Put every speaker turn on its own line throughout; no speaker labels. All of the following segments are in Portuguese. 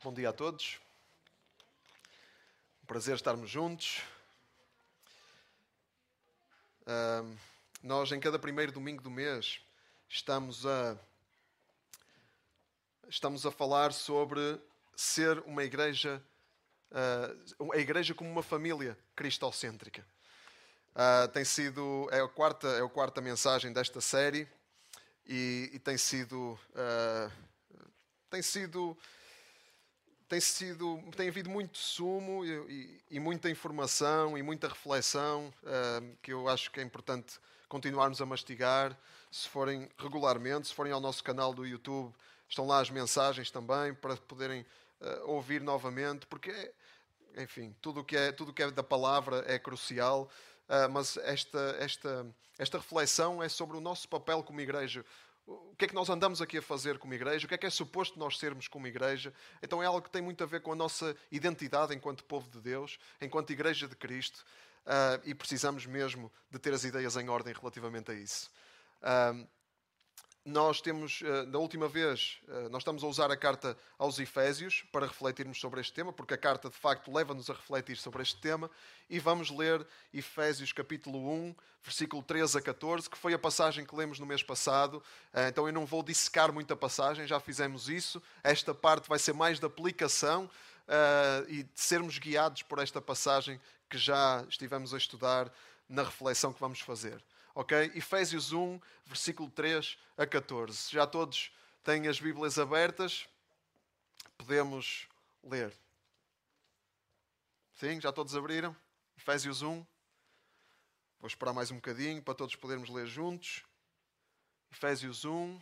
Bom dia a todos. Um prazer estarmos juntos. Nós, em cada primeiro domingo do mês, estamos a falar sobre ser uma igreja, a igreja como uma família cristocêntrica. É a quarta mensagem desta série e tem havido muito sumo e muita informação e muita reflexão que eu acho que é importante continuarmos a mastigar. Se forem ao nosso canal do YouTube, estão lá as mensagens também para poderem ouvir novamente, porque, enfim, tudo o que é da palavra é crucial, mas esta reflexão é sobre o nosso papel como igreja. O que é que nós andamos aqui a fazer como igreja? O que é suposto nós sermos como igreja? Então é algo que tem muito a ver com a nossa identidade enquanto povo de Deus, enquanto igreja de Cristo, e precisamos mesmo de ter as ideias em ordem relativamente a isso. Nós temos, da última vez, nós estamos a usar a carta aos Efésios para refletirmos sobre este tema, porque a carta, de facto, leva-nos a refletir sobre este tema, e vamos ler Efésios capítulo 1, versículo 13 a 14, que foi a passagem que lemos no mês passado. Então eu não vou dissecar muito a passagem, já fizemos isso. Esta parte vai ser mais de aplicação e de sermos guiados por esta passagem que já estivemos a estudar na reflexão que vamos fazer. Ok? Efésios 1, versículo 3 a 14. Já todos têm as Bíblias abertas? Podemos ler. Sim? Já todos abriram? Efésios 1. Vou esperar mais um bocadinho para todos podermos ler juntos. Efésios 1.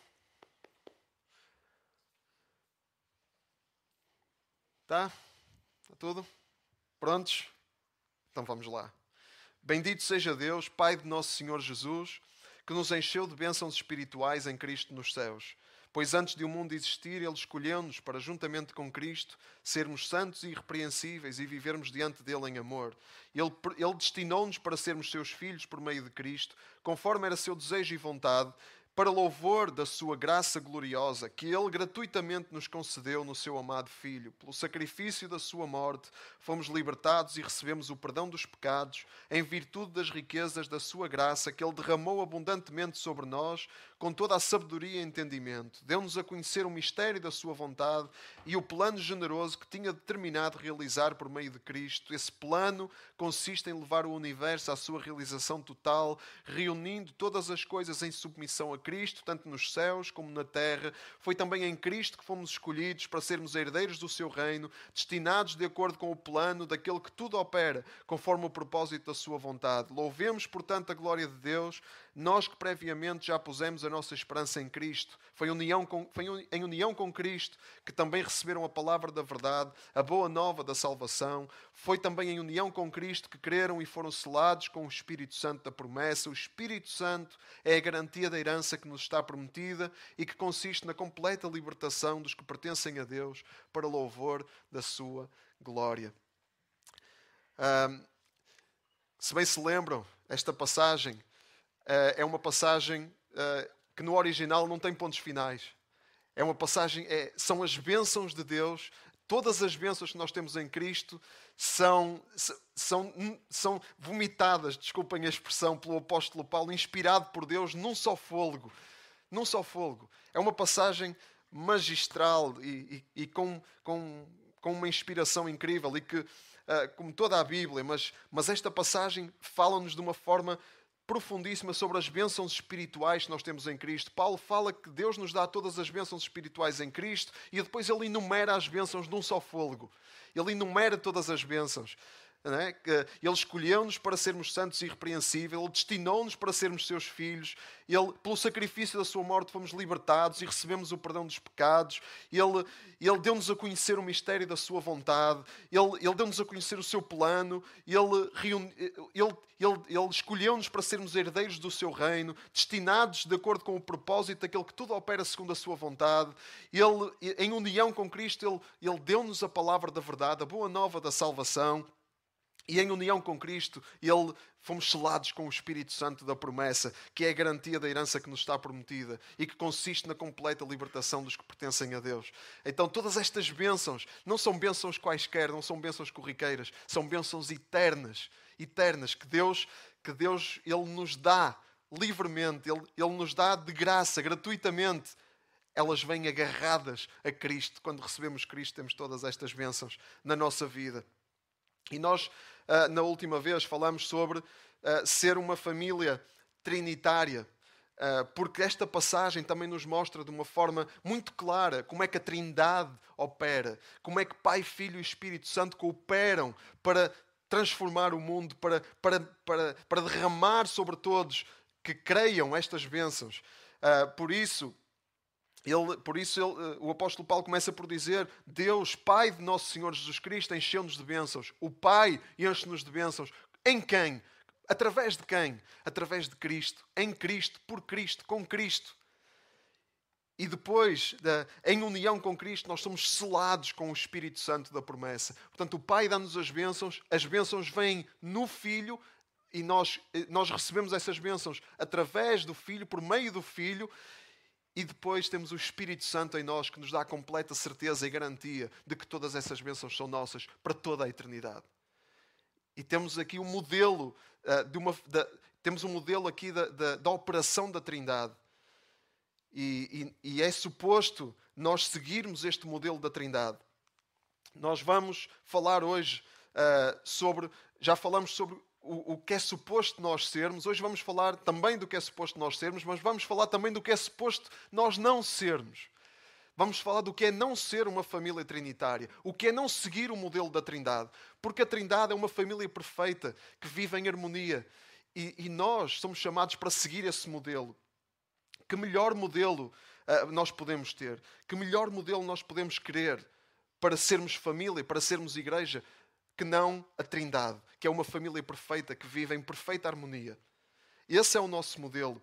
Tá? Está tudo? Prontos? Então vamos lá. Bendito seja Deus, Pai de nosso Senhor Jesus, que nos encheu de bênçãos espirituais em Cristo nos céus. Pois antes de o mundo existir, Ele escolheu-nos para, juntamente com Cristo, sermos santos e irrepreensíveis e vivermos diante dEle em amor. Ele destinou-nos para sermos seus filhos por meio de Cristo, conforme era seu desejo e vontade, para louvor da sua graça gloriosa, que Ele gratuitamente nos concedeu no seu amado Filho. Pelo sacrifício da sua morte, fomos libertados e recebemos o perdão dos pecados, em virtude das riquezas da sua graça, que Ele derramou abundantemente sobre nós, com toda a sabedoria e entendimento. Deu-nos a conhecer o mistério da sua vontade e o plano generoso que tinha determinado realizar por meio de Cristo. Esse plano consiste em levar o universo à sua realização total, reunindo todas as coisas em submissão a Cristo, tanto nos céus como na terra. Foi também em Cristo que fomos escolhidos para sermos herdeiros do seu reino, destinados de acordo com o plano daquele que tudo opera, conforme o propósito da sua vontade. Louvemos, portanto, a glória de Deus, nós que previamente já pusemos a nossa esperança em Cristo. Foi em união com Cristo que também receberam a palavra da verdade, a boa nova da salvação. Foi também em união com Cristo que creram e foram selados com o Espírito Santo da promessa. O Espírito Santo é a garantia da herança que nos está prometida e que consiste na completa libertação dos que pertencem a Deus para louvor da sua glória. Se bem se lembram, esta passagem é uma passagem que no original não tem pontos finais. É uma passagem, são as bênçãos de Deus. Todas as bênçãos que nós temos em Cristo são vomitadas, desculpem a expressão, pelo apóstolo Paulo, inspirado por Deus num só fôlego. Num só fôlego. É uma passagem magistral e com uma inspiração incrível, e que, como toda a Bíblia, mas esta passagem fala-nos de uma forma profundíssima sobre as bênçãos espirituais que nós temos em Cristo. Paulo fala que Deus nos dá todas as bênçãos espirituais em Cristo e depois ele enumera as bênçãos num só fôlego. Ele enumera todas as bênçãos. Não é? Ele escolheu-nos para sermos santos e irrepreensíveis, Ele destinou-nos para sermos seus filhos, pelo sacrifício da sua morte fomos libertados e recebemos o perdão dos pecados, Ele deu-nos a conhecer o mistério da sua vontade, Ele deu-nos a conhecer o seu plano, Ele escolheu-nos para sermos herdeiros do seu reino, destinados de acordo com o propósito daquele que tudo opera segundo a sua vontade. Em união com Cristo, Ele deu-nos a palavra da verdade, a boa nova da salvação. E em união com Cristo, fomos selados com o Espírito Santo da promessa, que é a garantia da herança que nos está prometida e que consiste na completa libertação dos que pertencem a Deus. Então todas estas bênçãos não são bênçãos quaisquer, não são bênçãos corriqueiras, são bênçãos eternas, eternas, que Deus Ele nos dá livremente, Ele nos dá de graça, gratuitamente. Elas vêm agarradas a Cristo. Quando recebemos Cristo, temos todas estas bênçãos na nossa vida. E nós, na última vez, falamos sobre ser uma família trinitária, porque esta passagem também nos mostra de uma forma muito clara como é que a Trindade opera, como é que Pai, Filho e Espírito Santo cooperam para transformar o mundo, para derramar sobre todos que creiam estas bênçãos. Por isso, o apóstolo Paulo começa por dizer: Deus, Pai de nosso Senhor Jesus Cristo, encheu-nos de bênçãos. O Pai enche-nos de bênçãos. Em quem? Através de quem? Através de Cristo. Em Cristo, por Cristo, com Cristo. E depois, em união com Cristo, nós somos selados com o Espírito Santo da promessa. Portanto, o Pai dá-nos as bênçãos vêm no Filho, e nós recebemos essas bênçãos através do Filho, por meio do Filho. E depois temos o Espírito Santo em nós, que nos dá a completa certeza e garantia de que todas essas bênçãos são nossas para toda a eternidade. E temos aqui um modelo, temos um modelo aqui da operação da Trindade. E é suposto nós seguirmos este modelo da Trindade. Nós vamos falar hoje já falamos sobre o que é suposto nós sermos. Hoje vamos falar também do que é suposto nós sermos, mas vamos falar também do que é suposto nós não sermos. Vamos falar do que é não ser uma família trinitária, o que é não seguir o modelo da Trindade, porque a Trindade é uma família perfeita que vive em harmonia e nós somos chamados para seguir esse modelo. Que melhor modelo nós podemos ter? Que melhor modelo nós podemos querer para sermos família, para sermos igreja, que não a Trindade, que é uma família perfeita, que vive em perfeita harmonia. Esse é o nosso modelo.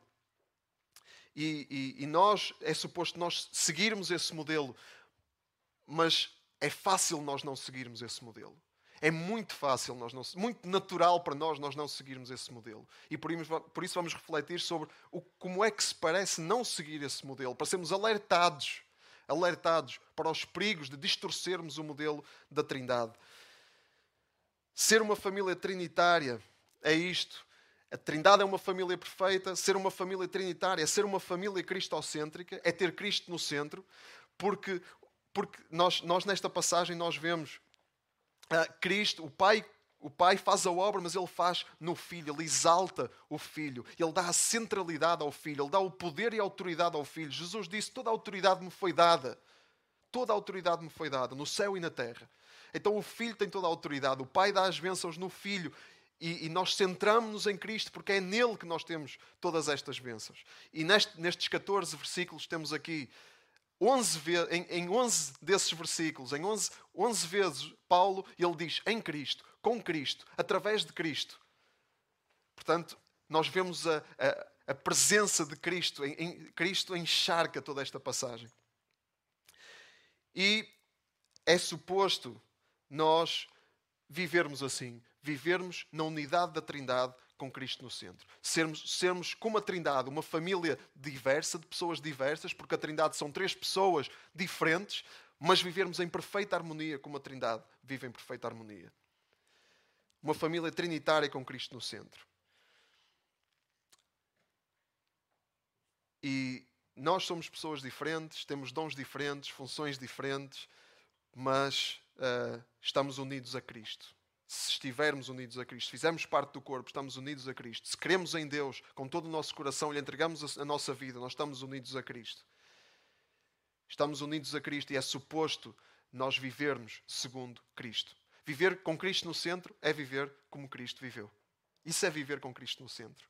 E é suposto nós seguirmos esse modelo, mas é fácil nós não seguirmos esse modelo. É muito fácil, muito natural para nós não seguirmos esse modelo. E por isso vamos refletir sobre como é que se parece não seguir esse modelo, para sermos alertados para os perigos de distorcermos o modelo da Trindade. Ser uma família trinitária é isto. A Trindade é uma família perfeita. Ser uma família trinitária é ser uma família cristocêntrica, é ter Cristo no centro, porque nós nesta passagem nós vemos Cristo, o Pai faz a obra, mas Ele faz no Filho, Ele exalta o Filho, Ele dá a centralidade ao Filho, Ele dá o poder e a autoridade ao Filho. Jesus disse: toda a autoridade me foi dada. Toda a autoridade me foi dada, no céu e na terra. Então o Filho tem toda a autoridade, o Pai dá as bênçãos no Filho e nós centramos-nos em Cristo porque é nele que nós temos todas estas bênçãos. E nestes 14 versículos temos aqui 11 em 11 desses versículos, em 11 vezes Paulo, ele diz em Cristo, com Cristo, através de Cristo. Portanto, nós vemos a presença de Cristo, Cristo encharca toda esta passagem. E é suposto nós vivermos assim, vivermos na unidade da Trindade com Cristo no centro. Sermos como a Trindade, uma família diversa, de pessoas diversas, porque a Trindade são 3 pessoas diferentes, mas vivermos em perfeita harmonia como a Trindade vive em perfeita harmonia. Uma família trinitária com Cristo no centro. E nós somos pessoas diferentes, temos dons diferentes, funções diferentes, mas estamos unidos a Cristo. Se estivermos unidos a Cristo, se fizermos parte do corpo, estamos unidos a Cristo. Se cremos em Deus com todo o nosso coração e lhe entregamos a nossa vida, nós estamos unidos a Cristo. Estamos unidos a Cristo e é suposto nós vivermos segundo Cristo. Viver com Cristo no centro é viver como Cristo viveu. Isso é viver com Cristo no centro.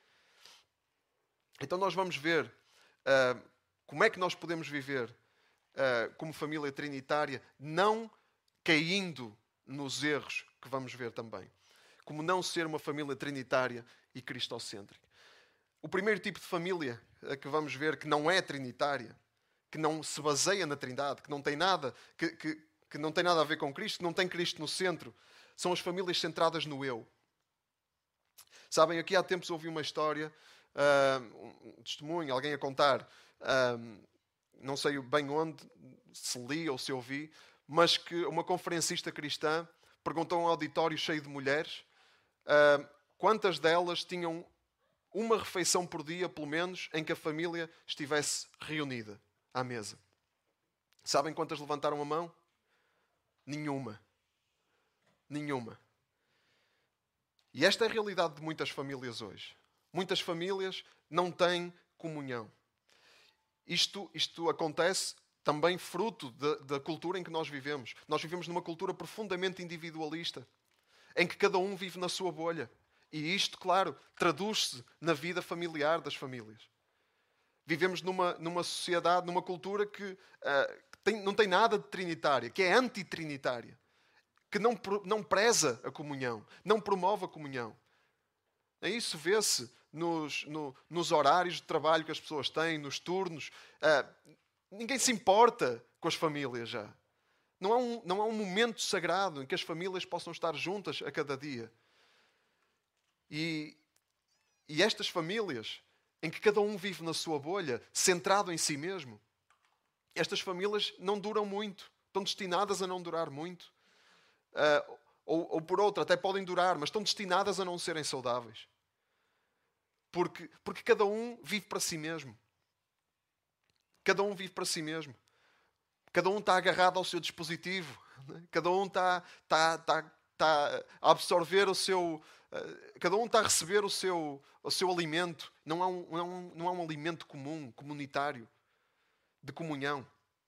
Então nós vamos ver como é que nós podemos viver como família trinitária, não caindo nos erros que vamos ver também. Como não ser uma família trinitária e cristocêntrica. O primeiro tipo de família que vamos ver que não é trinitária, que não se baseia na Trindade, que não tem nada, que não tem nada a ver com Cristo, que não tem Cristo no centro, São as famílias centradas no eu. Sabem, aqui há tempos ouvi uma história, um testemunho, alguém a contar, não sei bem onde, se li ou se ouvi, mas que uma conferencista cristã perguntou a um auditório cheio de mulheres quantas delas tinham uma refeição por dia, pelo menos, em que a família estivesse reunida à mesa. Sabem quantas levantaram a mão? Nenhuma. Nenhuma. E esta é a realidade de muitas famílias hoje. Muitas famílias não têm comunhão. Isto acontece também fruto da cultura em que nós vivemos. Nós vivemos numa cultura profundamente individualista, em que cada um vive na sua bolha. E isto, claro, traduz-se na vida familiar das famílias. Vivemos numa sociedade, numa cultura que não tem nada de trinitária, que é antitrinitária, que não preza a comunhão, não promove a comunhão. Isso vê-se nos horários de trabalho que as pessoas têm, nos turnos. Ninguém se importa com as famílias já. Não há um momento sagrado em que as famílias possam estar juntas a cada dia. E estas famílias, em que cada um vive na sua bolha, centrado em si mesmo, estas famílias não duram muito. Estão destinadas a não durar muito. Ou por outra, até podem durar, mas estão destinadas a não serem saudáveis. Porque cada um vive para si mesmo. Cada um vive para si mesmo. Cada um está agarrado ao seu dispositivo. Cada um está a absorver o seu... Cada um está a receber o seu alimento. Não há um alimento comum, comunitário, de comunhão.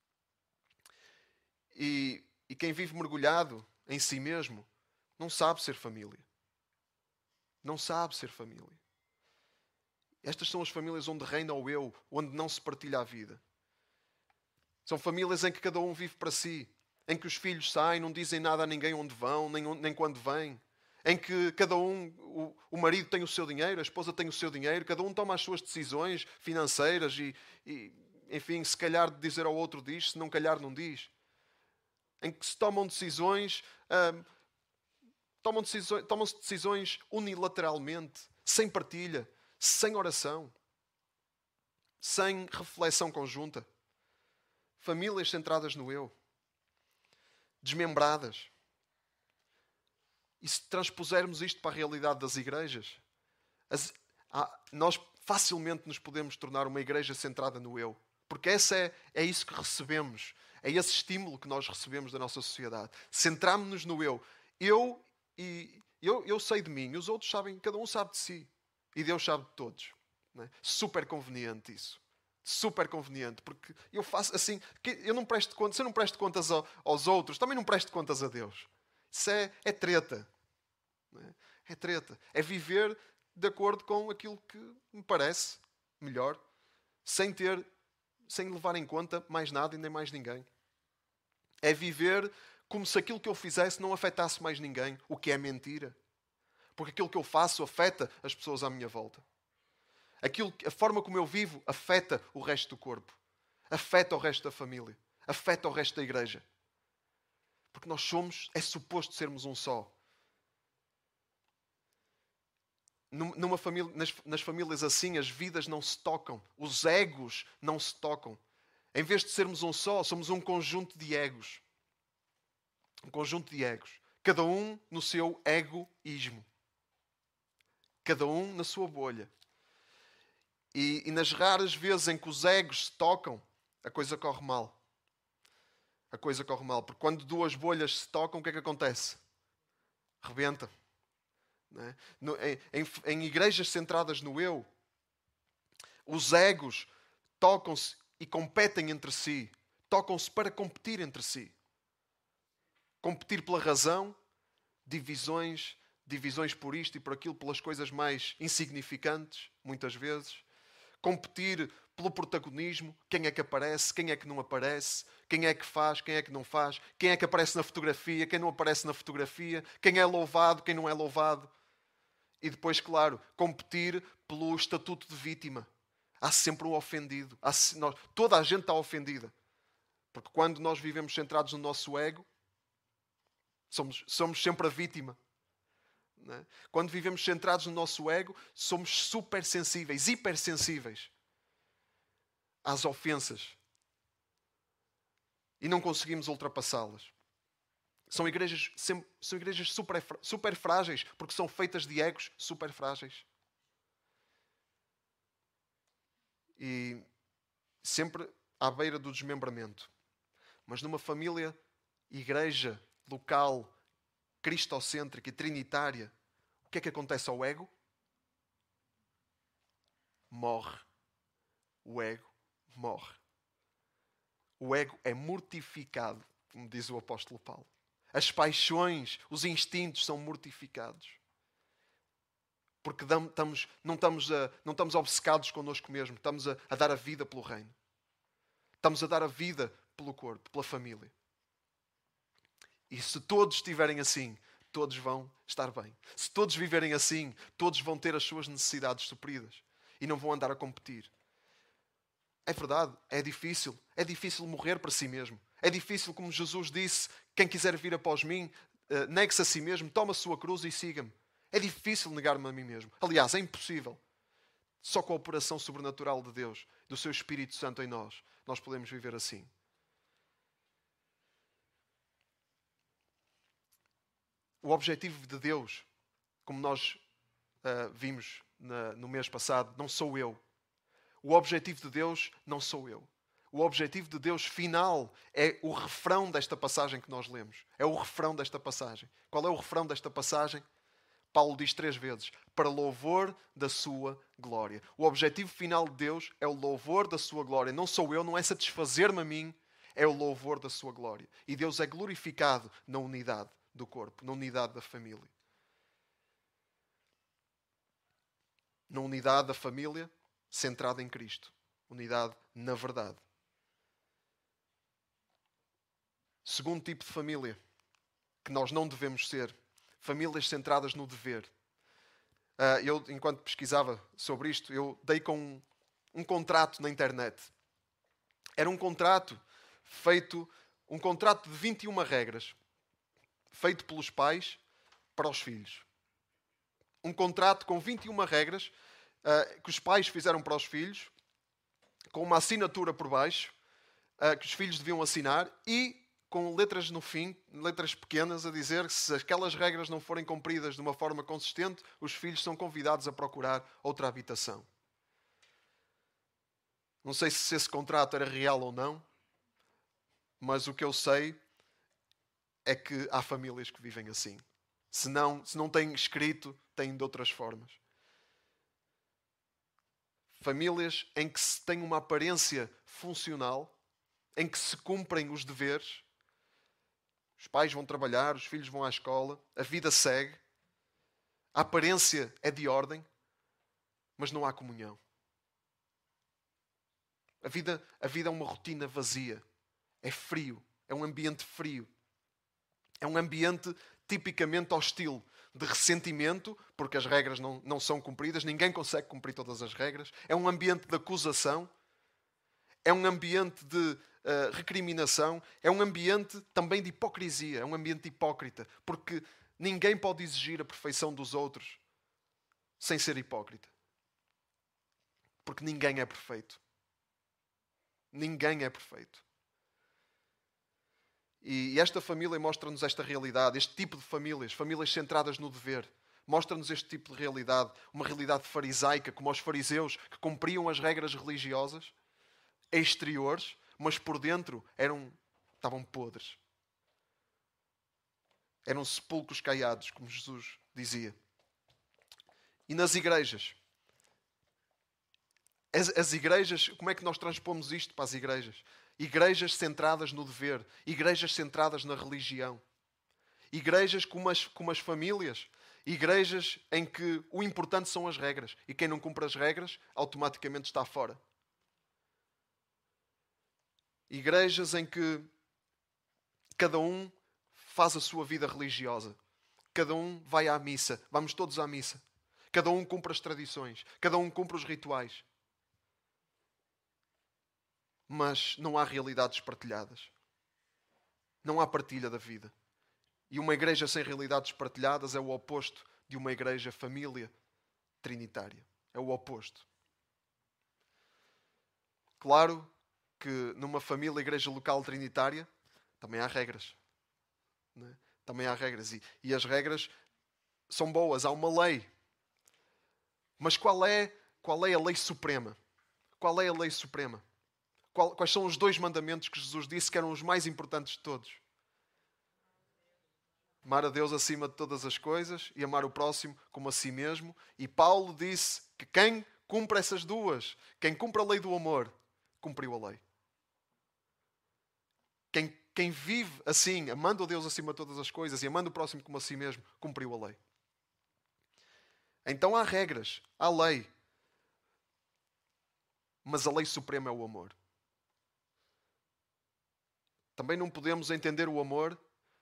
E quem vive mergulhado em si mesmo não sabe ser família. Não sabe ser família. Estas são as famílias onde reina o eu, onde não se partilha a vida. São famílias em que cada um vive para si, em que os filhos saem, não dizem nada a ninguém onde vão, nem quando vêm, em que cada um, o marido tem o seu dinheiro, a esposa tem o seu dinheiro, cada um toma as suas decisões financeiras e enfim, se calhar de dizer ao outro diz, se não calhar não diz. Em que se tomam decisões, tomam-se decisões unilateralmente, sem partilha, sem oração, sem reflexão conjunta. Famílias centradas no eu, desmembradas. E se transpusermos isto para a realidade das igrejas, nós facilmente nos podemos tornar uma igreja centrada no eu. Porque é isso que recebemos. É esse estímulo que nós recebemos da nossa sociedade. Centramos-nos no eu. Eu sei de mim, os outros sabem, cada um sabe de si. E Deus sabe de todos. Não é? Super conveniente isso. Super conveniente. Porque eu faço assim, eu não presto contas, se eu não presto contas aos outros, também não presto contas a Deus. Isso é treta. Não é? É treta. É viver de acordo com aquilo que me parece melhor, sem levar em conta mais nada e nem mais ninguém. É viver como se aquilo que eu fizesse não afetasse mais ninguém, o que é mentira. Porque aquilo que eu faço afeta as pessoas à minha volta. A forma como eu vivo afeta o resto do corpo. Afeta o resto da família. Afeta o resto da igreja. Porque nós é suposto sermos um só. Nas famílias assim, as vidas não se tocam. Os egos não se tocam. Em vez de sermos um só, somos um conjunto de egos. Um conjunto de egos. Cada um no seu egoísmo. Cada um na sua bolha. E nas raras vezes em que os egos se tocam, a coisa corre mal. A coisa corre mal. Porque quando duas bolhas se tocam, o que é que acontece? Rebenta. Não é? Em igrejas centradas no eu, os egos tocam-se e competem entre si. Tocam-se para competir entre si. Competir pela razão, divisões por isto e por aquilo, pelas coisas mais insignificantes, muitas vezes. Competir pelo protagonismo, quem é que aparece, quem é que não aparece, quem é que faz, quem é que não faz, quem é que aparece na fotografia, quem não aparece na fotografia, quem é louvado, quem não é louvado. E depois, claro, competir pelo estatuto de vítima. Há sempre um ofendido. Toda a gente está ofendida. Porque quando nós vivemos centrados no nosso ego, Somos sempre a vítima. Não é? Quando vivemos centrados no nosso ego, somos super sensíveis, hipersensíveis às ofensas. E não conseguimos ultrapassá-las. São igrejas super frágeis, porque são feitas de egos super frágeis. E sempre à beira do desmembramento. Mas numa família, igreja, local, cristocêntrica e trinitária, o que é que acontece ao ego? Morre. O ego morre. O ego é mortificado, como diz o apóstolo Paulo. As paixões, os instintos são mortificados. Porque não estamos obcecados connosco mesmos. Estamos a dar a vida pelo reino. Estamos a dar a vida pelo corpo, pela família. E se todos estiverem assim, todos vão estar bem. Se todos viverem assim, todos vão ter as suas necessidades supridas. E não vão andar a competir. É verdade, é difícil. É difícil morrer para si mesmo. É difícil, como Jesus disse, quem quiser vir após mim, negue-se a si mesmo, toma a sua cruz e siga-me. É difícil negar-me a mim mesmo. Aliás, é impossível. Só com a operação sobrenatural de Deus, do seu Espírito Santo em nós, nós podemos viver assim. O objetivo de Deus, como nós vimos no mês passado, não sou eu. O objetivo de Deus não sou eu. O objetivo de Deus final é o refrão desta passagem que nós lemos. É o refrão desta passagem. Qual é o refrão desta passagem? Paulo diz 3 vezes: para louvor da sua glória. O objetivo final de Deus é o louvor da sua glória. Não sou eu, não é satisfazer-me a mim, é o louvor da sua glória. E Deus é glorificado na unidade do corpo, na unidade da família. Na unidade da família centrada em Cristo. Unidade na verdade. Segundo tipo de família que nós não devemos ser: famílias centradas no dever. Eu, enquanto pesquisava sobre isto, eu dei com um contrato na internet. Era um contrato de 21 regras, feito pelos pais para os filhos. Um contrato com 21 regras que os pais fizeram para os filhos, com uma assinatura por baixo, que os filhos deviam assinar, e com letras no fim, letras pequenas, a dizer que se aquelas regras não forem cumpridas de uma forma consistente, os filhos são convidados a procurar outra habitação. Não sei se esse contrato era real ou não, mas o que eu sei é que há famílias que vivem assim. Se não têm escrito, têm de outras formas. Famílias em que se tem uma aparência funcional, em que se cumprem os deveres. Os pais vão trabalhar, os filhos vão à escola, a vida segue. A aparência é de ordem, mas não há comunhão. A vida é uma rotina vazia. É frio. É um ambiente frio. É um ambiente tipicamente hostil, de ressentimento, porque as regras não são cumpridas. Ninguém consegue cumprir todas as regras. É um ambiente de acusação. É um ambiente de recriminação. É um ambiente também de hipocrisia. É um ambiente hipócrita. Porque ninguém pode exigir a perfeição dos outros sem ser hipócrita. Porque ninguém é perfeito. Ninguém é perfeito. E esta família mostra-nos esta realidade, este tipo de famílias centradas no dever. Mostra-nos este tipo de realidade, uma realidade farisaica, como os fariseus que cumpriam as regras religiosas exteriores, mas por dentro estavam podres. Eram sepulcros caiados, como Jesus dizia. E nas igrejas? As igrejas, como é que nós transpomos isto para as igrejas? Igrejas centradas no dever. Igrejas centradas na religião. Igrejas como as famílias. Igrejas em que o importante são as regras. E quem não cumpre as regras, automaticamente está fora. Igrejas em que cada um faz a sua vida religiosa. Cada um vai à missa. Vamos todos à missa. Cada um cumpre as tradições. Cada um cumpre os rituais. Mas não há realidades partilhadas. Não há partilha da vida. E uma igreja sem realidades partilhadas é o oposto de uma igreja família trinitária. É o oposto. Claro que numa família, igreja local trinitária, também há regras. Não é? Também há regras. E as regras são boas, há uma lei. Mas qual é a lei suprema? Qual é a lei suprema? Quais são os 2 mandamentos que Jesus disse que eram os mais importantes de todos? Amar a Deus acima de todas as coisas e amar o próximo como a si mesmo. E Paulo disse que quem cumpre essas 2, quem cumpre a lei do amor, cumpriu a lei. Quem vive assim, amando a Deus acima de todas as coisas e amando o próximo como a si mesmo, cumpriu a lei. Então há regras, há lei. Mas a lei suprema é o amor. Também não podemos entender o amor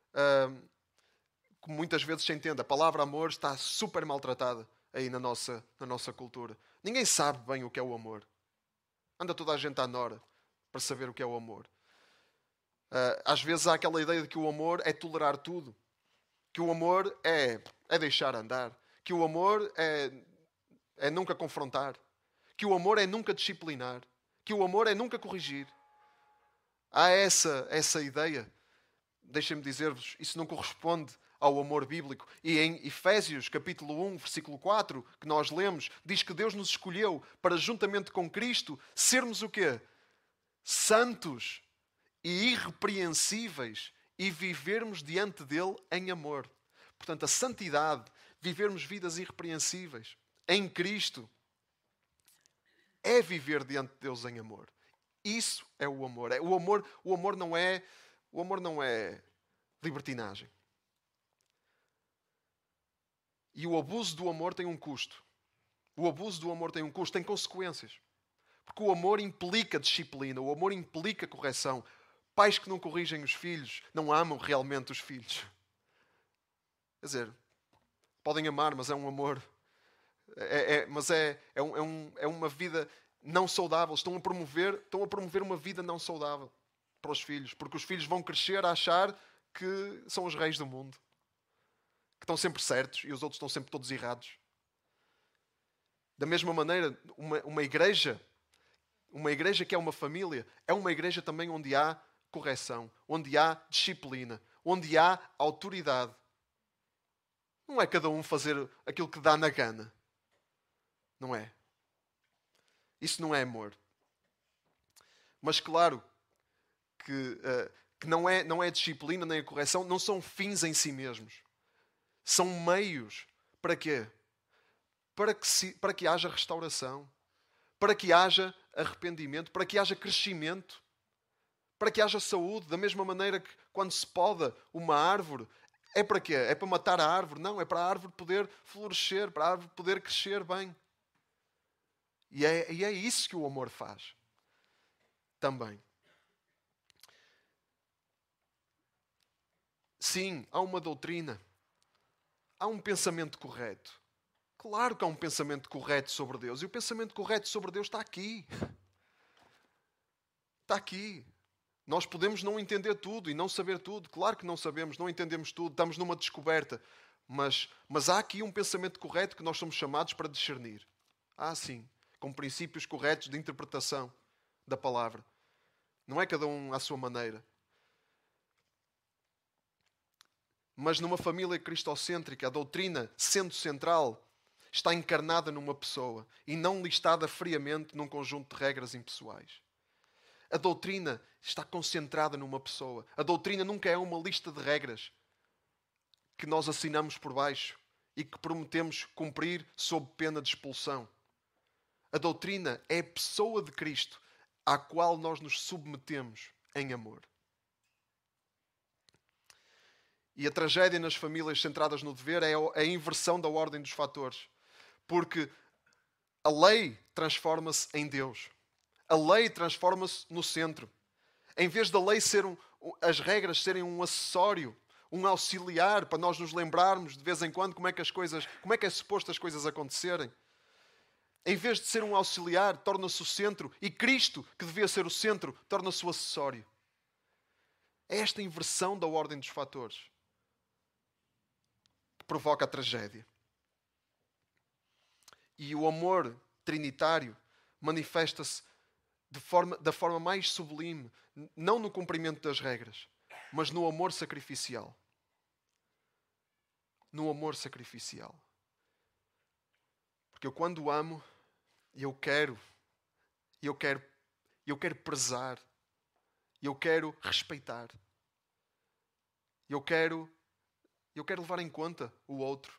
como muitas vezes se entende. A palavra amor está super maltratada aí na nossa cultura. Ninguém sabe bem o que é o amor. Anda toda a gente à nora para saber o que é o amor. Às vezes há aquela ideia de que o amor é tolerar tudo. Que o amor é deixar andar. Que o amor é nunca confrontar. Que o amor é nunca disciplinar. Que o amor é nunca corrigir. Há essa ideia. Deixem-me dizer-vos, isso não corresponde ao amor bíblico. E em Efésios, capítulo 1, versículo 4, que nós lemos, diz que Deus nos escolheu para, juntamente com Cristo, sermos o quê? Santos e irrepreensíveis e vivermos diante dele em amor. Portanto, a santidade, vivermos vidas irrepreensíveis em Cristo, é viver diante de Deus em amor. Isso é o amor. O amor não é libertinagem. E o abuso do amor tem um custo. O abuso do amor tem um custo, tem consequências. Porque o amor implica disciplina, o amor implica correção. Pais que não corrigem os filhos não amam realmente os filhos. Quer dizer, podem amar, mas é um amor. É uma vida não saudável. Estão a promover uma vida não saudável para os filhos. Porque os filhos vão crescer a achar que são os reis do mundo. Que estão sempre certos e os outros estão sempre todos errados. Da mesma maneira, uma igreja que é uma família, é uma igreja também onde há correção, onde há disciplina, onde há autoridade. Não é cada um fazer aquilo que dá na gana. Não é. Isso não é amor. Mas claro que não é disciplina nem a correção, não são fins em si mesmos. São meios para quê? Para que haja restauração, para que haja arrependimento, para que haja crescimento, para que haja saúde. Da mesma maneira que quando se poda uma árvore, é para quê? É para matar a árvore? Não, é para a árvore poder florescer, para a árvore poder crescer bem. E é isso que o amor faz. Também. Sim, há uma doutrina. Há um pensamento correto. Claro que há um pensamento correto sobre Deus. E o pensamento correto sobre Deus está aqui. Está aqui. Nós podemos não entender tudo e não saber tudo. Claro que não sabemos, não entendemos tudo. Estamos numa descoberta. Mas há aqui um pensamento correto que nós somos chamados para discernir. Sim. Com princípios corretos de interpretação da palavra. Não é cada um à sua maneira. Mas numa família cristocêntrica, a doutrina, sendo central, está encarnada numa pessoa e não listada friamente num conjunto de regras impessoais. A doutrina está concentrada numa pessoa. A doutrina nunca é uma lista de regras que nós assinamos por baixo e que prometemos cumprir sob pena de expulsão. A doutrina é a pessoa de Cristo à qual nós nos submetemos em amor. E a tragédia nas famílias centradas no dever é a inversão da ordem dos fatores. Porque a lei transforma-se em Deus. A lei transforma-se no centro. Em vez da lei ser as regras serem um acessório, um auxiliar para nós nos lembrarmos de vez em quando como é que é suposto as coisas acontecerem. Em vez de ser um auxiliar, torna-se o centro. E Cristo, que devia ser o centro, torna-se o acessório. É esta inversão da ordem dos fatores que provoca a tragédia. E o amor trinitário manifesta-se da forma mais sublime, não no cumprimento das regras, mas no amor sacrificial. No amor sacrificial. Porque eu quando amo, eu quero prezar, eu quero respeitar, eu quero levar em conta o outro.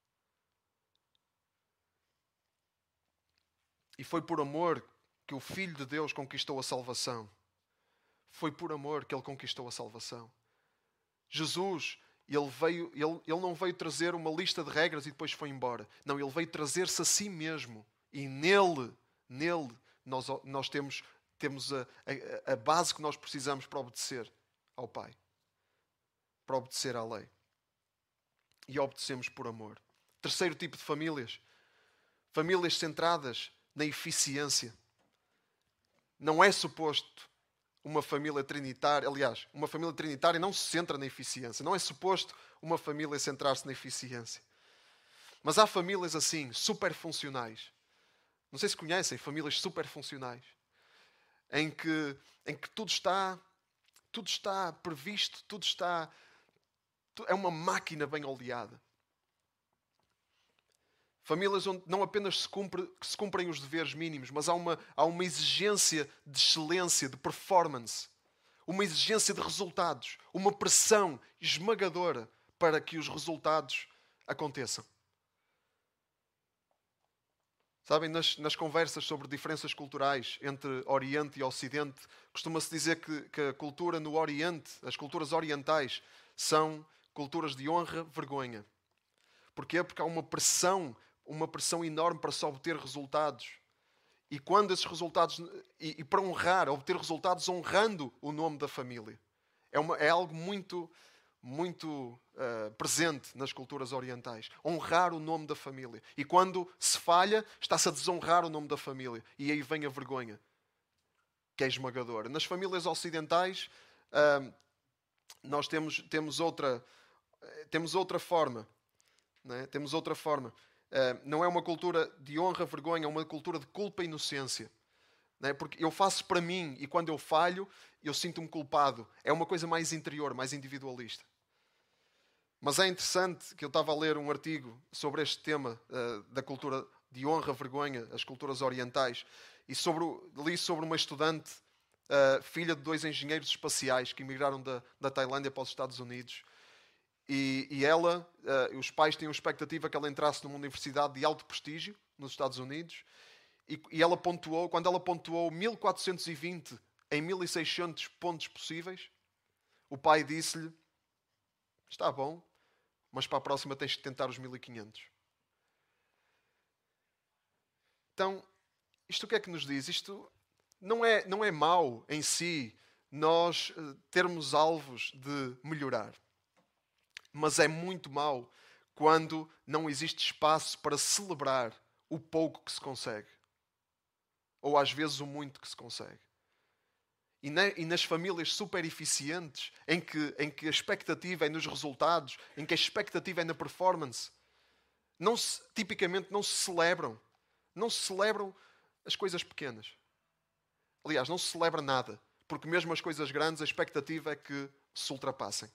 E foi por amor que o Filho de Deus conquistou a salvação. Foi por amor que Ele conquistou a salvação. Jesus, Ele não veio trazer uma lista de regras e depois foi embora. Não, Ele veio trazer-se a si mesmo. E nele nós temos a base que nós precisamos para obedecer ao Pai. Para obedecer à lei. E obedecemos por amor. Terceiro tipo de famílias. Famílias centradas na eficiência. Não é suposto uma família trinitária, aliás, uma família trinitária não se centra na eficiência. Não é suposto uma família centrar-se na eficiência. Mas há famílias assim, super funcionais. Não sei se conhecem famílias super funcionais. Em que tudo está previsto, é uma máquina bem oleada. Famílias onde não apenas se cumprem os deveres mínimos, mas há uma exigência de excelência, de performance. Uma exigência de resultados. Uma pressão esmagadora para que os resultados aconteçam. Sabem, nas conversas sobre diferenças culturais entre Oriente e Ocidente, costuma-se dizer que a cultura no Oriente, as culturas orientais, são culturas de honra, vergonha. Porquê? Porque há uma pressão enorme para se obter resultados. E quando esses resultados, e para obter resultados honrando o nome da família. É algo muito presente nas culturas orientais. Honrar o nome da família. E quando se falha, está-se a desonrar o nome da família. E aí vem a vergonha, que é esmagadora. Nas famílias ocidentais, nós temos outra forma. Não é? Temos outra forma. Não é uma cultura de honra, vergonha, é uma cultura de culpa e inocência. Não é? Porque eu faço para mim e quando eu falho, eu sinto-me culpado. É uma coisa mais interior, mais individualista. Mas é interessante que eu estava a ler um artigo sobre este tema da cultura de honra, vergonha, as culturas orientais, e li sobre uma estudante, filha de 2 engenheiros espaciais que emigraram da Tailândia para os Estados Unidos. E ela, os pais tinham expectativa que ela entrasse numa universidade de alto prestígio nos Estados Unidos. E ela quando ela pontuou 1420 em 1600 pontos possíveis, o pai disse-lhe: está bom, mas para a próxima tens de tentar os 1500. Então, isto o que é que nos diz? Isto não é mau em si nós termos alvos de melhorar. Mas é muito mau quando não existe espaço para celebrar o pouco que se consegue. Ou às vezes o muito que se consegue. E nas famílias super eficientes, em que a expectativa é nos resultados, em que a expectativa é na performance, tipicamente não se celebram. Não se celebram as coisas pequenas. Aliás, não se celebra nada. Porque mesmo as coisas grandes, a expectativa é que se ultrapassem.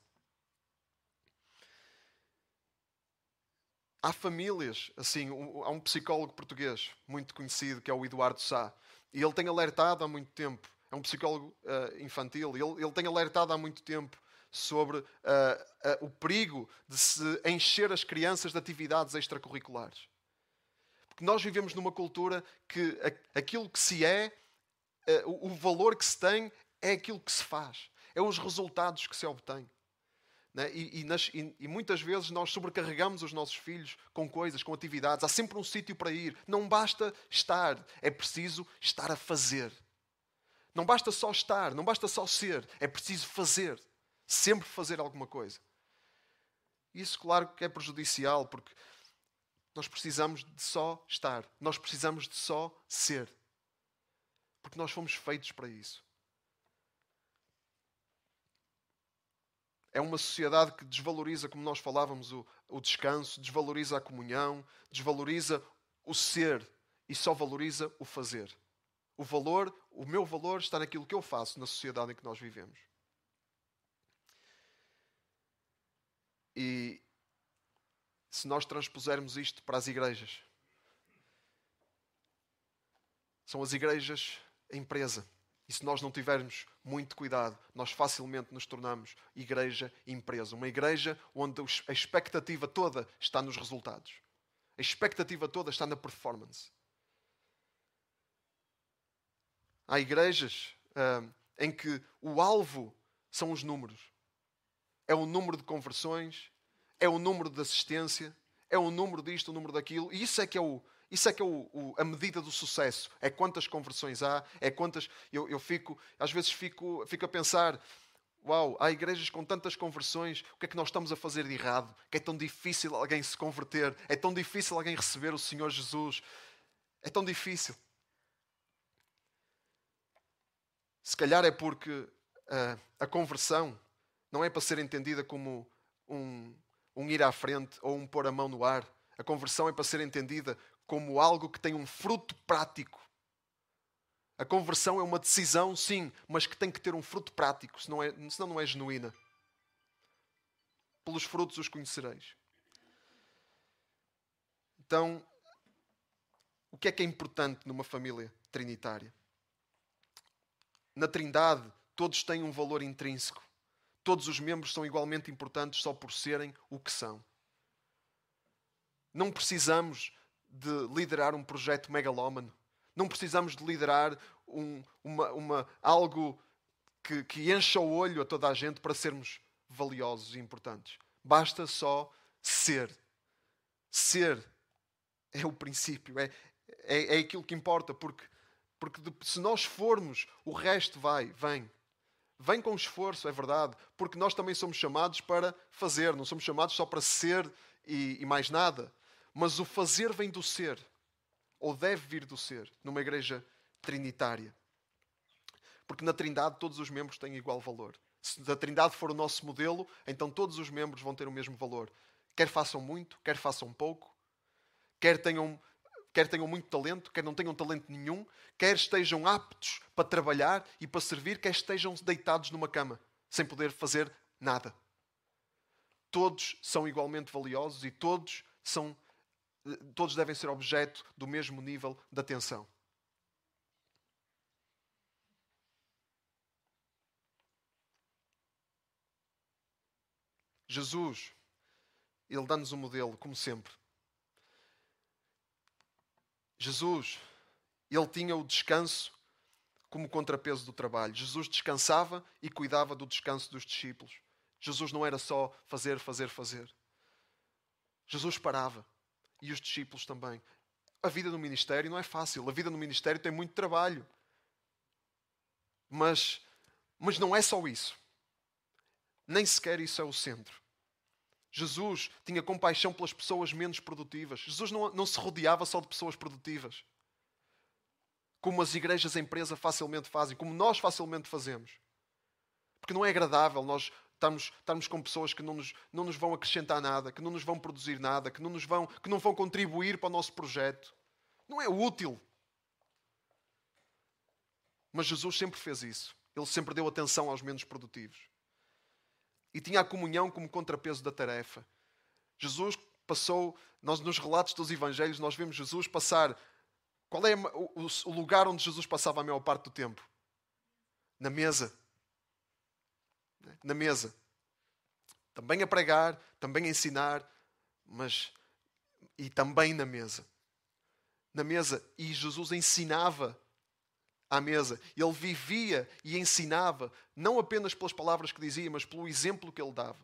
Há famílias, assim, há um psicólogo português muito conhecido, que é o Eduardo Sá, e ele tem alertado há muito tempo, é um psicólogo infantil, ele tem alertado há muito tempo sobre o perigo de se encher as crianças de atividades extracurriculares. Porque nós vivemos numa cultura que aquilo que se é, o valor que se tem, é aquilo que se faz, é os resultados que se obtêm. Né? E muitas vezes nós sobrecarregamos os nossos filhos com coisas, com atividades. Há sempre um sítio para ir. Não basta estar, é preciso estar a fazer. Não basta só estar, não basta só ser. É preciso fazer. Sempre fazer alguma coisa. Isso, claro, que é prejudicial, porque nós precisamos de só estar. Nós precisamos de só ser. Porque nós fomos feitos para isso. É uma sociedade que desvaloriza, como nós falávamos, o descanso, desvaloriza a comunhão, desvaloriza o ser e só valoriza o fazer. O meu valor está naquilo que eu faço na sociedade em que nós vivemos. E se nós transpusermos isto para as igrejas, são as igrejas a empresa. E se nós não tivermos muito cuidado, nós facilmente nos tornamos igreja empresa. Uma igreja onde a expectativa toda está nos resultados. A expectativa toda está na performance. Há igrejas em que o alvo são os números. É o número de conversões, é o número de assistência, é o número disto, o número daquilo. E isso é que é a medida do sucesso. É quantas conversões há, é quantas... às vezes fico a pensar, uau, há igrejas com tantas conversões, o que é que nós estamos a fazer de errado? Que é tão difícil alguém se converter, é tão difícil alguém receber o Senhor Jesus. É tão difícil. Se calhar é porque a conversão não é para ser entendida como um ir à frente ou um pôr a mão no ar. A conversão é para ser entendida como algo que tem um fruto prático. A conversão é uma decisão, sim, mas que tem que ter um fruto prático, senão não é genuína. Pelos frutos os conhecereis. Então, o que é importante numa família trinitária? Na Trindade, todos têm um valor intrínseco. Todos os membros são igualmente importantes só por serem o que são. Não precisamos de liderar um projeto megalómano. Não precisamos de liderar algo que encha o olho a toda a gente para sermos valiosos e importantes. Basta só ser. Ser é o princípio. É aquilo que importa. Porque se nós formos, o resto vem. Vem com esforço, é verdade, porque nós também somos chamados para fazer, não somos chamados só para ser e mais nada. Mas o fazer vem do ser, ou deve vir do ser, numa igreja trinitária. Porque na Trindade todos os membros têm igual valor. Se a Trindade for o nosso modelo, então todos os membros vão ter o mesmo valor. Quer façam muito, quer façam pouco, quer tenham muito talento, quer não tenham talento nenhum, quer estejam aptos para trabalhar e para servir, quer estejam deitados numa cama, sem poder fazer nada. Todos são igualmente valiosos e todos devem ser objeto do mesmo nível de atenção. Jesus, Ele dá-nos um modelo, como sempre. Jesus, Ele tinha o descanso como contrapeso do trabalho. Jesus descansava e cuidava do descanso dos discípulos. Jesus não era só fazer. Jesus parava. E os discípulos também. A vida no ministério não é fácil. A vida no ministério tem muito trabalho. Mas não é só isso. Nem sequer isso é o centro. Jesus tinha compaixão pelas pessoas menos produtivas. Jesus não se rodeava só de pessoas produtivas. Como as igrejas empresa facilmente fazem. Como nós facilmente fazemos. Porque não é agradável nós estarmos com pessoas que não nos vão acrescentar nada, que não nos vão produzir nada, que não vão contribuir para o nosso projeto. Não é útil. Mas Jesus sempre fez isso. Ele sempre deu atenção aos menos produtivos. E tinha a comunhão como contrapeso da tarefa. Jesus passou, nos relatos dos Evangelhos, nós vemos Jesus passar. Qual é o lugar onde Jesus passava a maior parte do tempo? Na mesa. Na mesa. Também a pregar, também a ensinar, e também na mesa. Na mesa. E Jesus ensinava à mesa. Ele vivia e ensinava, não apenas pelas palavras que dizia, mas pelo exemplo que ele dava.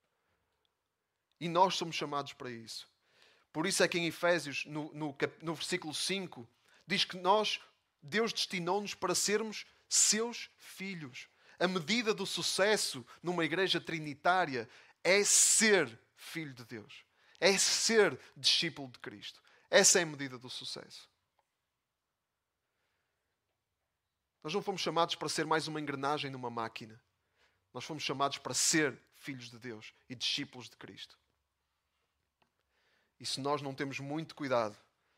E nós somos chamados para isso. Por isso é que em Efésios, no versículo 5, diz que Deus destinou-nos para sermos seus filhos. A medida do sucesso numa igreja trinitária é ser filho de Deus. É ser discípulo de Cristo. Essa é a medida do sucesso. Nós não fomos chamados para ser mais uma engrenagem numa máquina. Nós fomos chamados para ser filhos de Deus e discípulos de Cristo. E se nós não temos muito cuidado,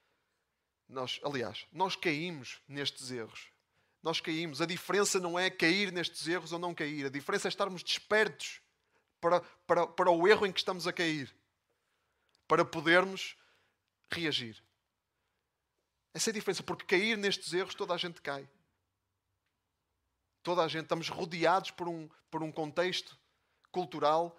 nós caímos nestes erros. Nós caímos. A diferença não é cair nestes erros ou não cair. A diferença é estarmos despertos para o erro em que estamos a cair. Para podermos reagir. Essa é a diferença. Porque cair nestes erros toda a gente cai. Toda a gente. Estamos rodeados por um contexto cultural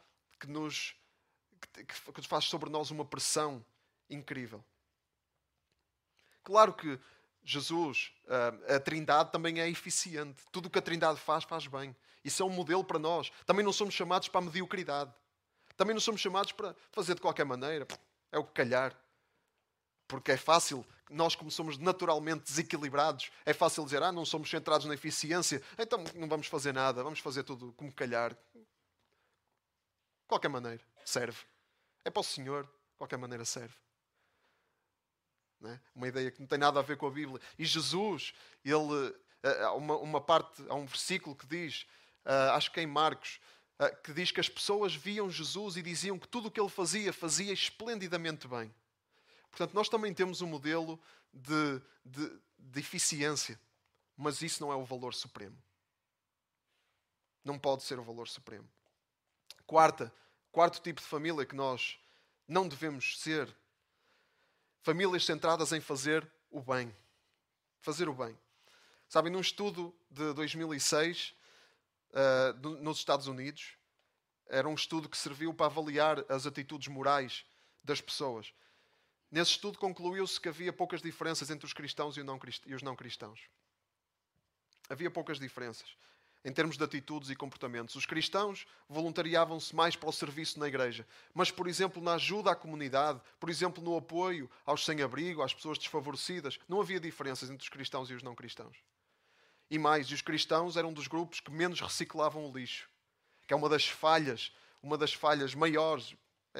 que faz sobre nós uma pressão incrível. Claro que Jesus, a Trindade também é eficiente. Tudo o que a Trindade faz, faz bem. Isso é um modelo para nós. Também não somos chamados para a mediocridade. Também não somos chamados para fazer de qualquer maneira. É o que calhar. Porque é fácil, nós como somos naturalmente desequilibrados, é fácil dizer, não somos centrados na eficiência, então não vamos fazer nada, vamos fazer tudo como calhar. De qualquer maneira, serve. É para o Senhor, de qualquer maneira serve. Não é? Uma ideia que não tem nada a ver com a Bíblia. E Jesus, há um versículo que diz, acho que é em Marcos, que diz que as pessoas viam Jesus e diziam que tudo o que ele fazia esplendidamente bem. Portanto, nós também temos um modelo de eficiência, mas isso não é o valor supremo. Não pode ser o valor supremo. Quarto tipo de família que nós não devemos ser, famílias centradas em fazer o bem. Fazer o bem. Sabem, num estudo de 2006, nos Estados Unidos, era um estudo que serviu para avaliar as atitudes morais das pessoas. Nesse estudo concluiu-se que havia poucas diferenças entre os cristãos e os não cristãos. Havia poucas diferenças em termos de atitudes e comportamentos. Os cristãos voluntariavam-se mais para o serviço na igreja. Mas, por exemplo, na ajuda à comunidade, por exemplo, no apoio aos sem-abrigo, às pessoas desfavorecidas, não havia diferenças entre os cristãos e os não cristãos. E mais, os cristãos eram dos grupos que menos reciclavam o lixo. Que é uma das falhas maiores.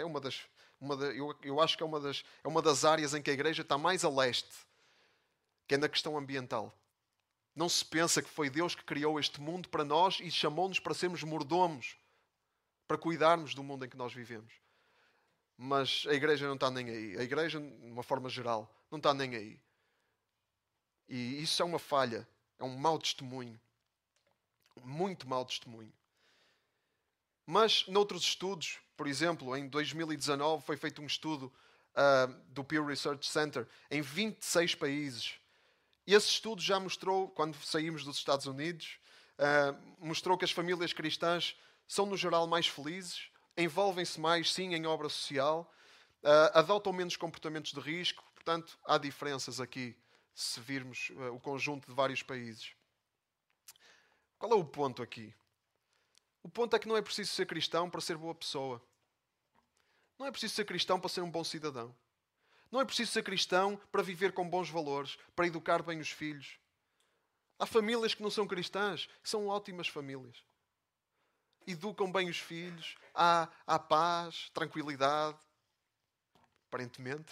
Eu acho que é uma das áreas em que a igreja está mais a leste, que é na questão ambiental. Não se pensa que foi Deus que criou este mundo para nós e chamou-nos para sermos mordomos, para cuidarmos do mundo em que nós vivemos. Mas a igreja não está nem aí. A igreja, de uma forma geral, não está nem aí. E isso é uma falha, é um mau testemunho. Muito mau testemunho. Mas, noutros estudos, por exemplo, em 2019 foi feito um estudo do Pew Research Center em 26 países. E esse estudo já mostrou, quando saímos dos Estados Unidos, mostrou que as famílias cristãs são, no geral, mais felizes, envolvem-se mais, sim, em obra social, adotam menos comportamentos de risco. Portanto, há diferenças aqui, se virmos o conjunto de vários países. Qual é o ponto aqui? O ponto é que não é preciso ser cristão para ser boa pessoa. Não é preciso ser cristão para ser um bom cidadão. Não é preciso ser cristão para viver com bons valores, para educar bem os filhos. Há famílias que não são cristãs, que são ótimas famílias. Educam bem os filhos, há paz, tranquilidade, aparentemente.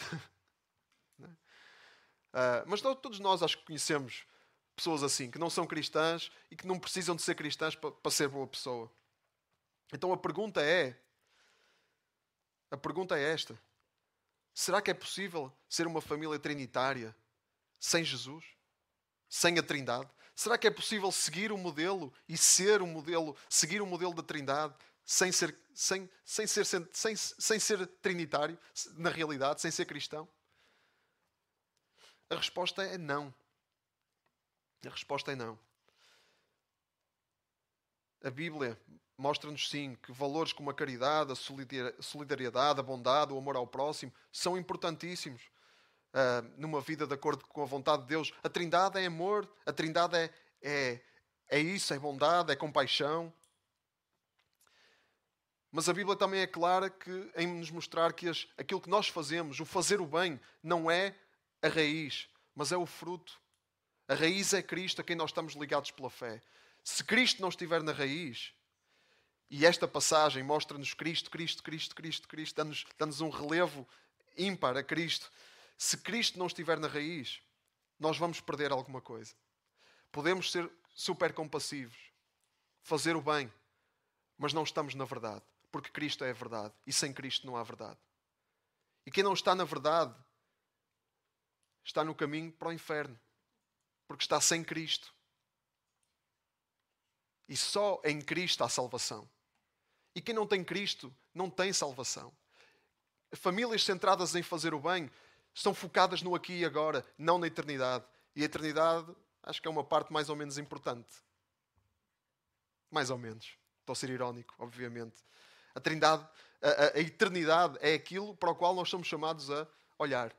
Mas todos nós acho que conhecemos pessoas assim, que não são cristãs e que não precisam de ser cristãs para ser boa pessoa. Então a pergunta é esta. Será que é possível ser uma família trinitária sem Jesus? Sem a Trindade? Será que é possível seguir o modelo e ser seguir o modelo da Trindade sem ser trinitário, na realidade, sem ser cristão? A resposta é não. A resposta é não. A Bíblia mostra-nos, sim, que valores como a caridade, a solidariedade, a bondade, o amor ao próximo são importantíssimos numa vida de acordo com a vontade de Deus. A Trindade é amor, a Trindade é isso, é bondade, é compaixão. Mas a Bíblia também é clara em nos mostrar que aquilo que nós fazemos, o fazer o bem, não é a raiz, mas é o fruto. A raiz é Cristo, a quem nós estamos ligados pela fé. Se Cristo não estiver na raiz, e esta passagem mostra-nos Cristo, dá-nos um relevo ímpar a Cristo. Se Cristo não estiver na raiz, nós vamos perder alguma coisa. Podemos ser super compassivos, fazer o bem, mas não estamos na verdade. Porque Cristo é a verdade. E sem Cristo não há verdade. E quem não está na verdade está no caminho para o inferno. Porque está sem Cristo. E só em Cristo há salvação. E quem não tem Cristo não tem salvação. Famílias centradas em fazer o bem estão focadas no aqui e agora, não na eternidade. E a eternidade acho que é uma parte mais ou menos importante. Mais ou menos. Estou a ser irónico, obviamente. A Trindade, a eternidade é aquilo para o qual nós somos chamados a olhar.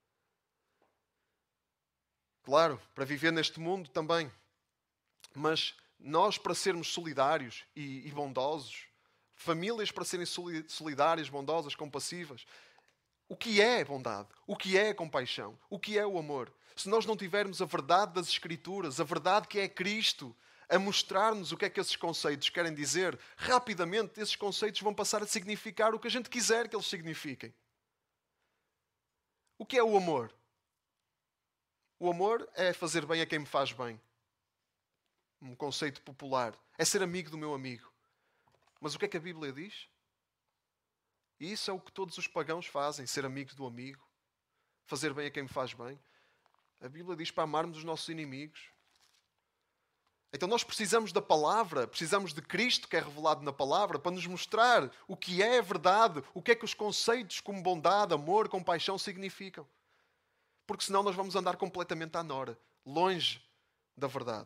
Claro, para viver neste mundo também. Mas nós, para sermos solidários e bondosos, famílias para serem solidárias, bondosas, compassivas, o que é bondade? O que é compaixão? O que é o amor? Se nós não tivermos a verdade das Escrituras, a verdade que é Cristo, a mostrar-nos o que é que esses conceitos querem dizer, rapidamente esses conceitos vão passar a significar o que a gente quiser que eles signifiquem. O que é o amor? O amor é fazer bem a quem me faz bem. Um conceito popular. É ser amigo do meu amigo. Mas o que é que a Bíblia diz? E isso é o que todos os pagãos fazem, ser amigos do amigo, fazer bem a quem me faz bem. A Bíblia diz para amarmos os nossos inimigos. Então nós precisamos da palavra, precisamos de Cristo que é revelado na palavra para nos mostrar o que é a verdade, o que é que os conceitos como bondade, amor, compaixão significam. Porque senão nós vamos andar completamente à nora, longe da verdade.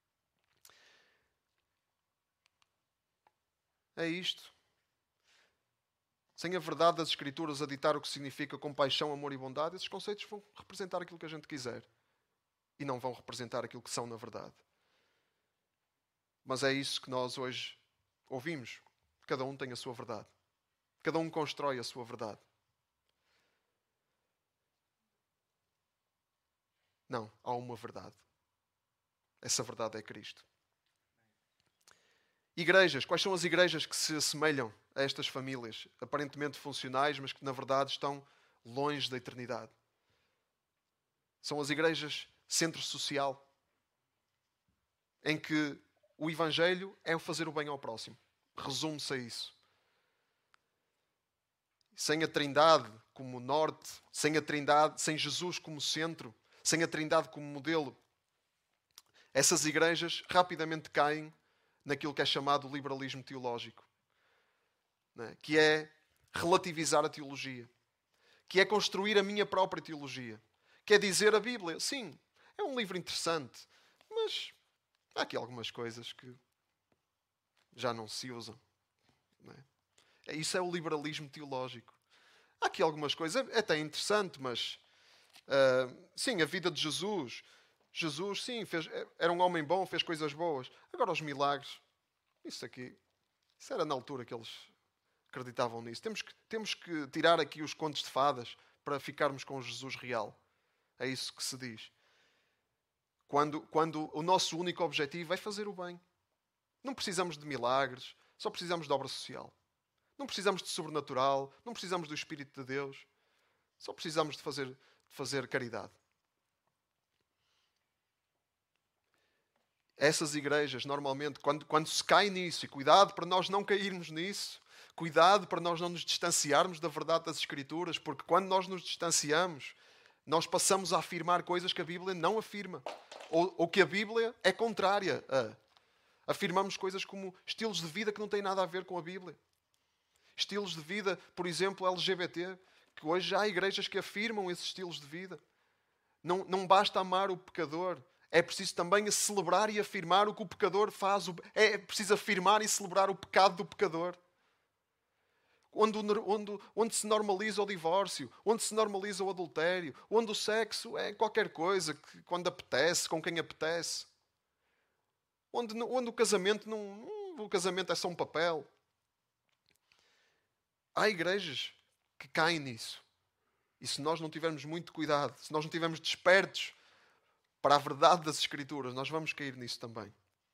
É isto. Sem a verdade das Escrituras a ditar o que significa compaixão, amor e bondade, esses conceitos vão representar aquilo que a gente quiser. E não vão representar aquilo que são na verdade. Mas é isso que nós hoje ouvimos. Cada um tem a sua verdade. Cada um constrói a sua verdade. Não, há uma verdade. Essa verdade é Cristo. Igrejas. Quais são as igrejas que se assemelham a estas famílias? Aparentemente funcionais, mas que na verdade estão longe da eternidade. São as igrejas centro social, em que o Evangelho é o fazer o bem ao próximo. Resume-se a isso. Sem a Trindade como norte, sem a Trindade, sem Jesus como centro, sem a Trindade como modelo, essas igrejas rapidamente caem naquilo que é chamado liberalismo teológico, né? Que é relativizar a teologia, que é construir a minha própria teologia, que é dizer a Bíblia, sim, é um livro interessante, mas há aqui algumas coisas que já não se usam. Não é? Isso é o liberalismo teológico. Há aqui algumas coisas, é até interessante, mas sim, a vida de Jesus. Jesus, sim, era um homem bom, fez coisas boas. Agora os milagres, isso era na altura que eles acreditavam nisso. Temos que tirar aqui os contos de fadas para ficarmos com o Jesus real. É isso que se diz. Quando o nosso único objetivo é fazer o bem. Não precisamos de milagres, só precisamos de obra social. Não precisamos de sobrenatural, não precisamos do Espírito de Deus. Só precisamos de fazer caridade. Essas igrejas, normalmente, quando se cai nisso, e cuidado para nós não cairmos nisso, cuidado para nós não nos distanciarmos da verdade das Escrituras, porque quando nós nos distanciamos, nós passamos a afirmar coisas que a Bíblia não afirma, ou que a Bíblia é contrária a. Afirmamos coisas como estilos de vida que não têm nada a ver com a Bíblia. Estilos de vida, por exemplo, LGBT, que hoje já há igrejas que afirmam esses estilos de vida. Não basta amar o pecador, é preciso também celebrar e afirmar o que o pecador faz. É preciso afirmar e celebrar o pecado do pecador. Onde se normaliza o divórcio, onde se normaliza o adultério, onde o sexo é qualquer coisa, quando apetece, com quem apetece. Onde o casamento o casamento é só um papel. Há igrejas que caem nisso. E se nós não tivermos muito cuidado, se nós não estivermos despertos para a verdade das Escrituras, nós vamos cair nisso também.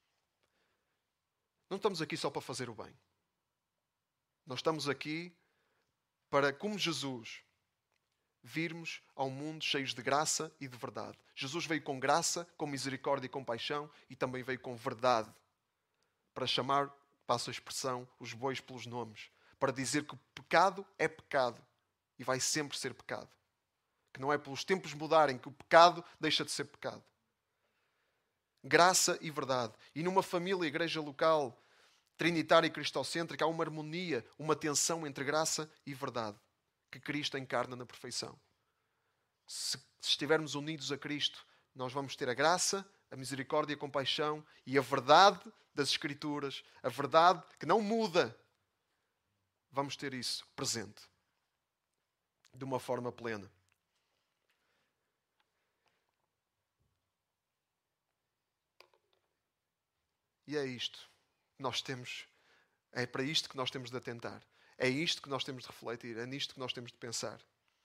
Não estamos aqui só para fazer o bem. Nós estamos aqui para, como Jesus, virmos ao mundo cheios de graça e de verdade. Jesus veio com graça, com misericórdia e compaixão, e também veio com verdade para chamar passo a expressão, os bois pelos nomes, para dizer que o pecado é pecado e vai sempre ser pecado. Que não é pelos tempos mudarem que o pecado deixa de ser pecado. Graça e verdade. E numa família, igreja local, trinitária e cristocêntrica, há uma harmonia, uma tensão entre graça e verdade, que Cristo encarna na perfeição. Se estivermos unidos a Cristo, nós vamos ter a graça, a misericórdia e a compaixão e a verdade das Escrituras, a verdade que não muda. Vamos ter isso presente de uma forma plena. E é isto que nós temos, é para isto que nós temos de atentar. É isto que nós temos de refletir, é nisto que nós temos de pensar.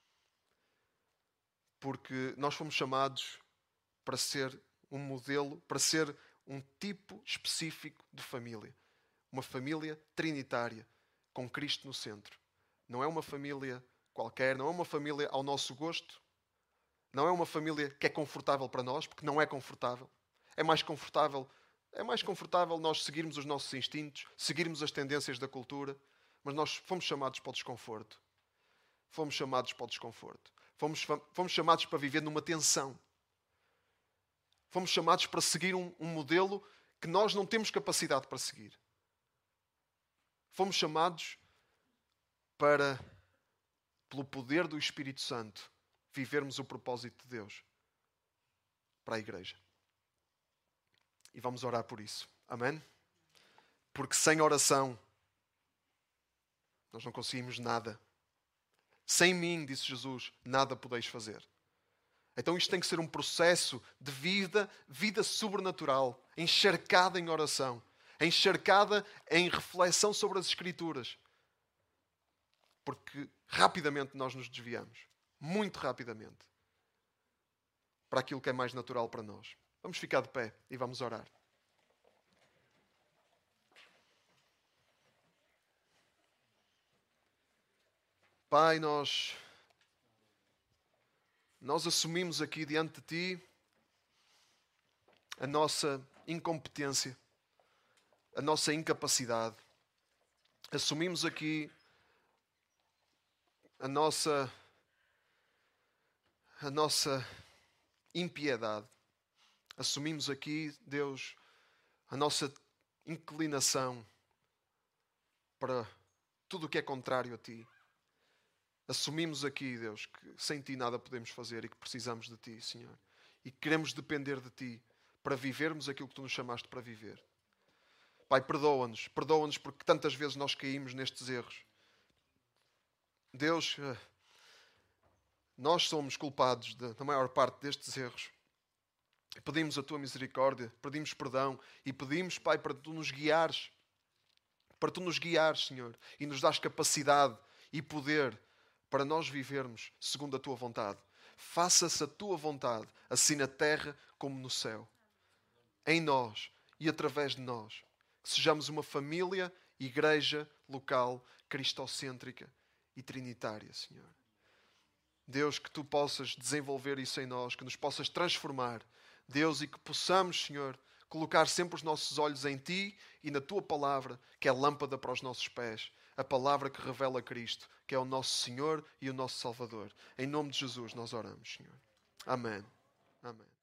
Porque nós fomos chamados para ser um modelo, para ser um tipo específico de família. Uma família trinitária, com Cristo no centro. Não é uma família qualquer, não é uma família ao nosso gosto, não é uma família que é confortável para nós, porque não é confortável. É mais confortável nós seguirmos os nossos instintos, seguirmos as tendências da cultura, mas nós fomos chamados para o desconforto. Fomos chamados para o desconforto. Fomos chamados para viver numa tensão. Fomos chamados para seguir um modelo que nós não temos capacidade para seguir. Fomos chamados para, pelo poder do Espírito Santo, vivermos o propósito de Deus para a igreja. E vamos orar por isso. Amém? Porque sem oração nós não conseguimos nada. Sem mim, disse Jesus, nada podeis fazer. Então isto tem que ser um processo de vida sobrenatural, encharcada em oração, encharcada em reflexão sobre as Escrituras. Porque rapidamente nós nos desviamos. Muito rapidamente. Para aquilo que é mais natural para nós. Vamos ficar de pé e vamos orar. Pai, nós assumimos aqui diante de Ti a nossa incompetência, a nossa incapacidade. Assumimos aqui a nossa impiedade. Assumimos aqui, Deus, a nossa inclinação para tudo o que é contrário a Ti. Assumimos aqui, Deus, que sem Ti nada podemos fazer e que precisamos de Ti, Senhor. E que queremos depender de Ti para vivermos aquilo que Tu nos chamaste para viver. Pai, perdoa-nos porque tantas vezes nós caímos nestes erros. Deus, nós somos culpados da maior parte destes erros. Pedimos a Tua misericórdia, pedimos perdão e pedimos, Pai, para Tu nos guiares. Para Tu nos guiares, Senhor, e nos dás capacidade e poder para nós vivermos segundo a Tua vontade. Faça-se a Tua vontade, assim na terra como no céu. Em nós e através de nós. Que sejamos uma família, igreja local, cristocêntrica e trinitária, Senhor. Deus, que Tu possas desenvolver isso em nós, que nos possas transformar. Deus, e que possamos, Senhor, colocar sempre os nossos olhos em Ti e na Tua palavra, que é lâmpada para os nossos pés. A palavra que revela Cristo, que é o nosso Senhor e o nosso Salvador. Em nome de Jesus nós oramos, Senhor. Amém. Amém.